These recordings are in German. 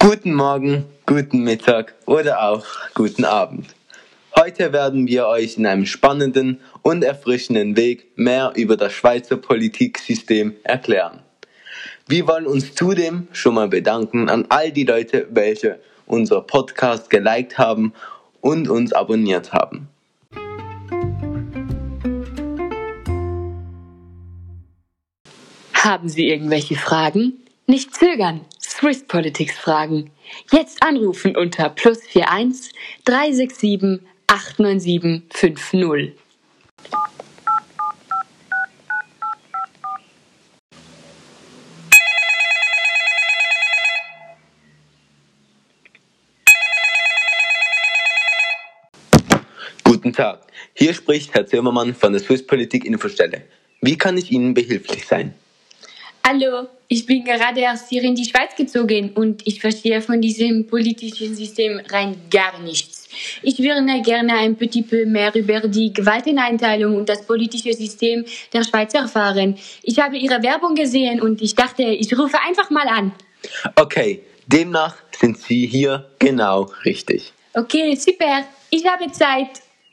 Guten Morgen, guten Mittag oder auch guten Abend. Heute werden wir euch in einem spannenden und erfrischenden Weg mehr über das Schweizer Politiksystem erklären. Wir wollen uns zudem schon mal bedanken an all die Leute, welche unser Podcast geliked haben und uns abonniert haben. Haben Sie irgendwelche Fragen? Nicht zögern, Swiss Politics fragen. Jetzt anrufen unter +41 367 897 50. Guten Tag, hier spricht Herr Zimmermann von der Swiss Politik Infostelle. Wie kann ich Ihnen behilflich sein? Hallo, ich bin gerade erst hier in die Schweiz gezogen und ich verstehe von diesem politischen System rein gar nichts. Ich würde gerne ein petit peu mehr über die Gewalteneinteilung und das politische System der Schweiz erfahren. Ich habe Ihre Werbung gesehen und ich dachte, ich rufe einfach mal an. Okay, demnach sind Sie hier genau richtig. Okay, super, ich habe Zeit.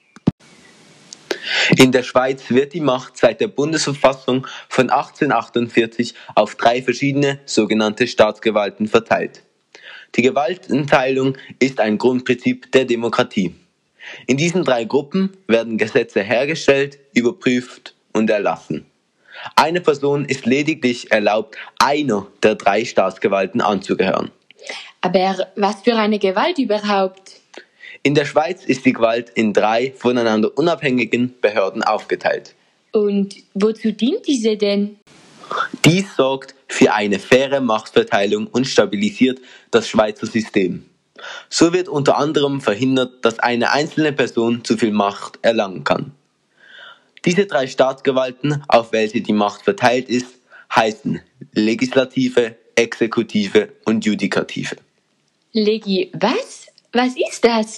In der Schweiz wird die Macht seit der Bundesverfassung von 1848 auf 3 verschiedene sogenannte Staatsgewalten verteilt. Die Gewaltenteilung ist ein Grundprinzip der Demokratie. In diesen 3 Gruppen werden Gesetze hergestellt, überprüft und erlassen. Eine Person ist lediglich erlaubt, einer der 3 Staatsgewalten anzugehören. Aber was für eine Gewalt überhaupt? In der Schweiz ist die Gewalt in 3 voneinander unabhängigen Behörden aufgeteilt. Und wozu dient diese denn? Dies sorgt für eine faire Machtverteilung und stabilisiert das Schweizer System. So wird unter anderem verhindert, dass eine einzelne Person zu viel Macht erlangen kann. Diese 3 Staatsgewalten, auf welche die Macht verteilt ist, heißen Legislative, Exekutive und Judikative. Was? Was ist das?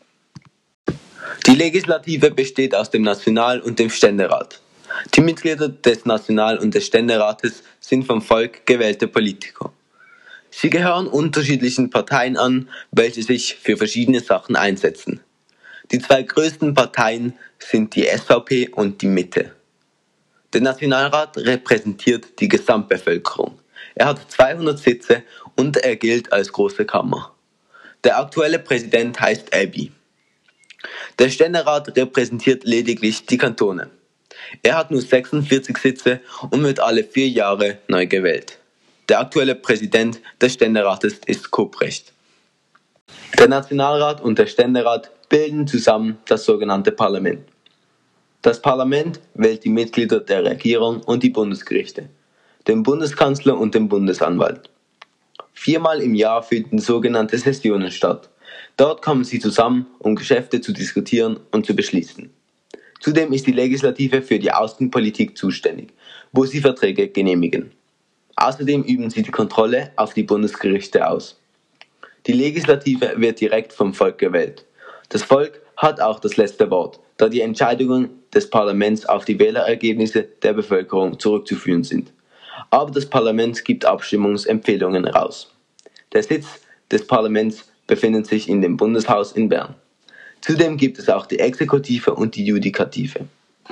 Die Legislative besteht aus dem National- und dem Ständerat. Die Mitglieder des National- und des Ständerates sind vom Volk gewählte Politiker. Sie gehören unterschiedlichen Parteien an, welche sich für verschiedene Sachen einsetzen. Die 2 größten Parteien sind die SVP und die Mitte. Der Nationalrat repräsentiert die Gesamtbevölkerung. Er hat 200 Sitze und er gilt als große Kammer. Der aktuelle Präsident heißt Abiy. Der Ständerat repräsentiert lediglich die Kantone. Er hat nur 46 Sitze und wird alle 4 Jahre neu gewählt. Der aktuelle Präsident des Ständerates ist Kobrecht. Der Nationalrat und der Ständerat bilden zusammen das sogenannte Parlament. Das Parlament wählt die Mitglieder der Regierung und die Bundesgerichte, den Bundeskanzler und den Bundesanwalt. 4-mal im Jahr finden sogenannte Sessionen statt. Dort kommen sie zusammen, um Geschäfte zu diskutieren und zu beschließen. Zudem ist die Legislative für die Außenpolitik zuständig, wo sie Verträge genehmigen. Außerdem üben sie die Kontrolle auf die Bundesgerichte aus. Die Legislative wird direkt vom Volk gewählt. Das Volk hat auch das letzte Wort, da die Entscheidungen des Parlaments auf die Wählerergebnisse der Bevölkerung zurückzuführen sind. Aber das Parlament gibt Abstimmungsempfehlungen heraus. Der Sitz des Parlaments befindet sich in dem Bundeshaus in Bern. Zudem gibt es auch die Exekutive und die Judikative.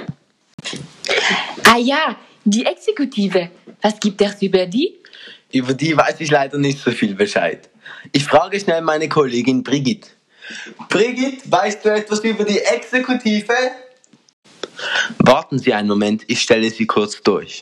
Ah ja, die Exekutive. Was gibt es über die? Über die weiß ich leider nicht so viel Bescheid. Ich frage schnell meine Kollegin Brigitte. Brigitte, weißt du etwas über die Exekutive? Warten Sie einen Moment, ich stelle Sie kurz durch.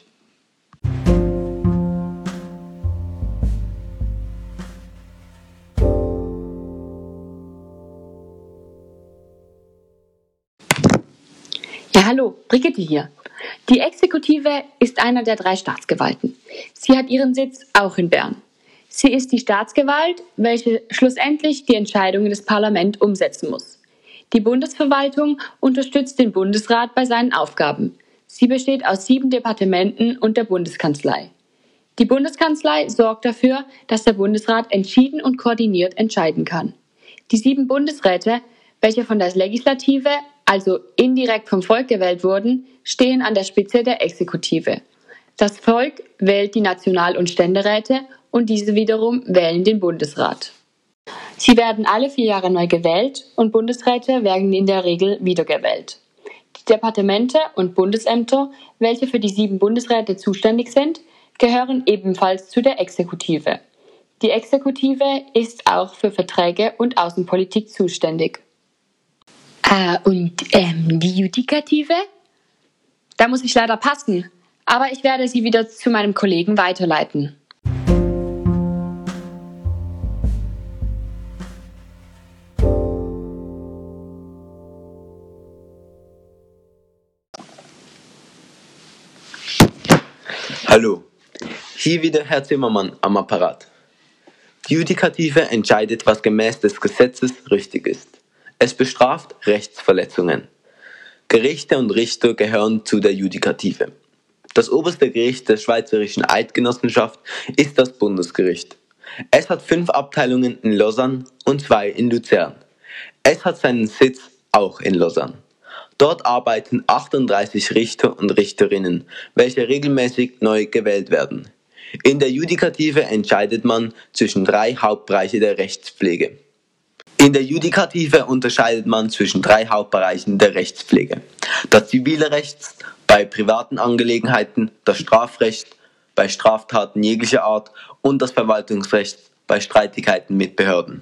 Ja, hallo, Brigitte hier. Die Exekutive ist einer der 3 Staatsgewalten. Sie hat ihren Sitz auch in Bern. Sie ist die Staatsgewalt, welche schlussendlich die Entscheidungen des Parlaments umsetzen muss. Die Bundesverwaltung unterstützt den Bundesrat bei seinen Aufgaben. Sie besteht aus 7 Departementen und der Bundeskanzlei. Die Bundeskanzlei sorgt dafür, dass der Bundesrat entschieden und koordiniert entscheiden kann. Die 7 Bundesräte, welche von der Legislative, also indirekt vom Volk gewählt wurden, stehen an der Spitze der Exekutive. Das Volk wählt die National- und Ständeräte und diese wiederum wählen den Bundesrat. Sie werden alle 4 Jahre neu gewählt und Bundesräte werden in der Regel wiedergewählt. Die Departemente und Bundesämter, welche für die 7 Bundesräte zuständig sind, gehören ebenfalls zu der Exekutive. Die Exekutive ist auch für Verträge und Außenpolitik zuständig. Und die Judikative? Da muss ich leider passen, aber ich werde Sie wieder zu meinem Kollegen weiterleiten. Hallo, hier wieder Herr Zimmermann am Apparat. Die Judikative entscheidet, was gemäß des Gesetzes richtig ist. Es bestraft Rechtsverletzungen. Gerichte und Richter gehören zu der Judikative. Das oberste Gericht der Schweizerischen Eidgenossenschaft ist das Bundesgericht. Es hat 5 Abteilungen in Lausanne und 2 in Luzern. Es hat seinen Sitz auch in Lausanne. Dort arbeiten 38 Richter und Richterinnen, welche regelmäßig neu gewählt werden. In der Judikative entscheidet man zwischen 3 Hauptbereiche der Rechtspflege. In der Judikative unterscheidet man zwischen 3 Hauptbereichen der Rechtspflege: das zivile Recht bei privaten Angelegenheiten, das Strafrecht bei Straftaten jeglicher Art und das Verwaltungsrecht bei Streitigkeiten mit Behörden.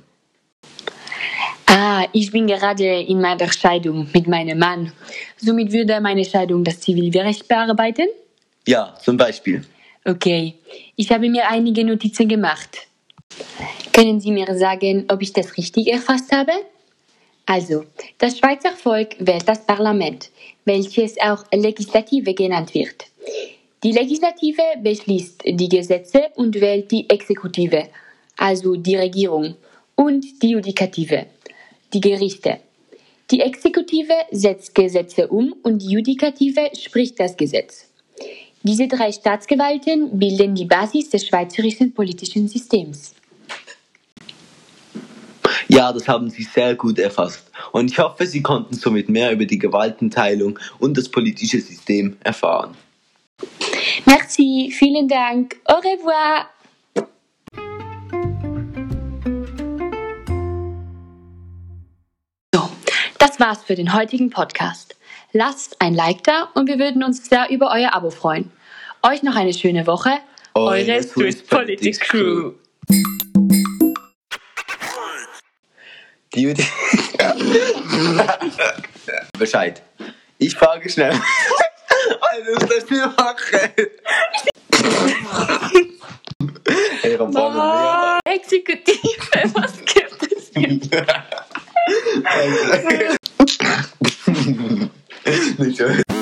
Ich bin gerade in meiner Scheidung mit meinem Mann. Somit würde meine Scheidung das Zivilrecht bearbeiten? Ja, zum Beispiel. Okay, ich habe mir einige Notizen gemacht. Können Sie mir sagen, ob ich das richtig erfasst habe? Also, das Schweizer Volk wählt das Parlament, welches auch Legislative genannt wird. Die Legislative beschließt die Gesetze und wählt die Exekutive, also die Regierung, und die Judikative, die Gerichte. Die Exekutive setzt Gesetze um und die Judikative spricht das Gesetz. Diese 3 Staatsgewalten bilden die Basis des schweizerischen politischen Systems. Ja, das haben Sie sehr gut erfasst. Und ich hoffe, Sie konnten somit mehr über die Gewaltenteilung und das politische System erfahren. Merci, vielen Dank. Au revoir. So, das war's für den heutigen Podcast. Lasst ein Like da und wir würden uns sehr über euer Abo freuen. Euch noch eine schöne Woche. Eure Swiss Politics Crew. Die Judi Bescheid. Ich frage schnell. Also, das wir machen. Hey, Exekutive, was gibt es hier? Nicht schön.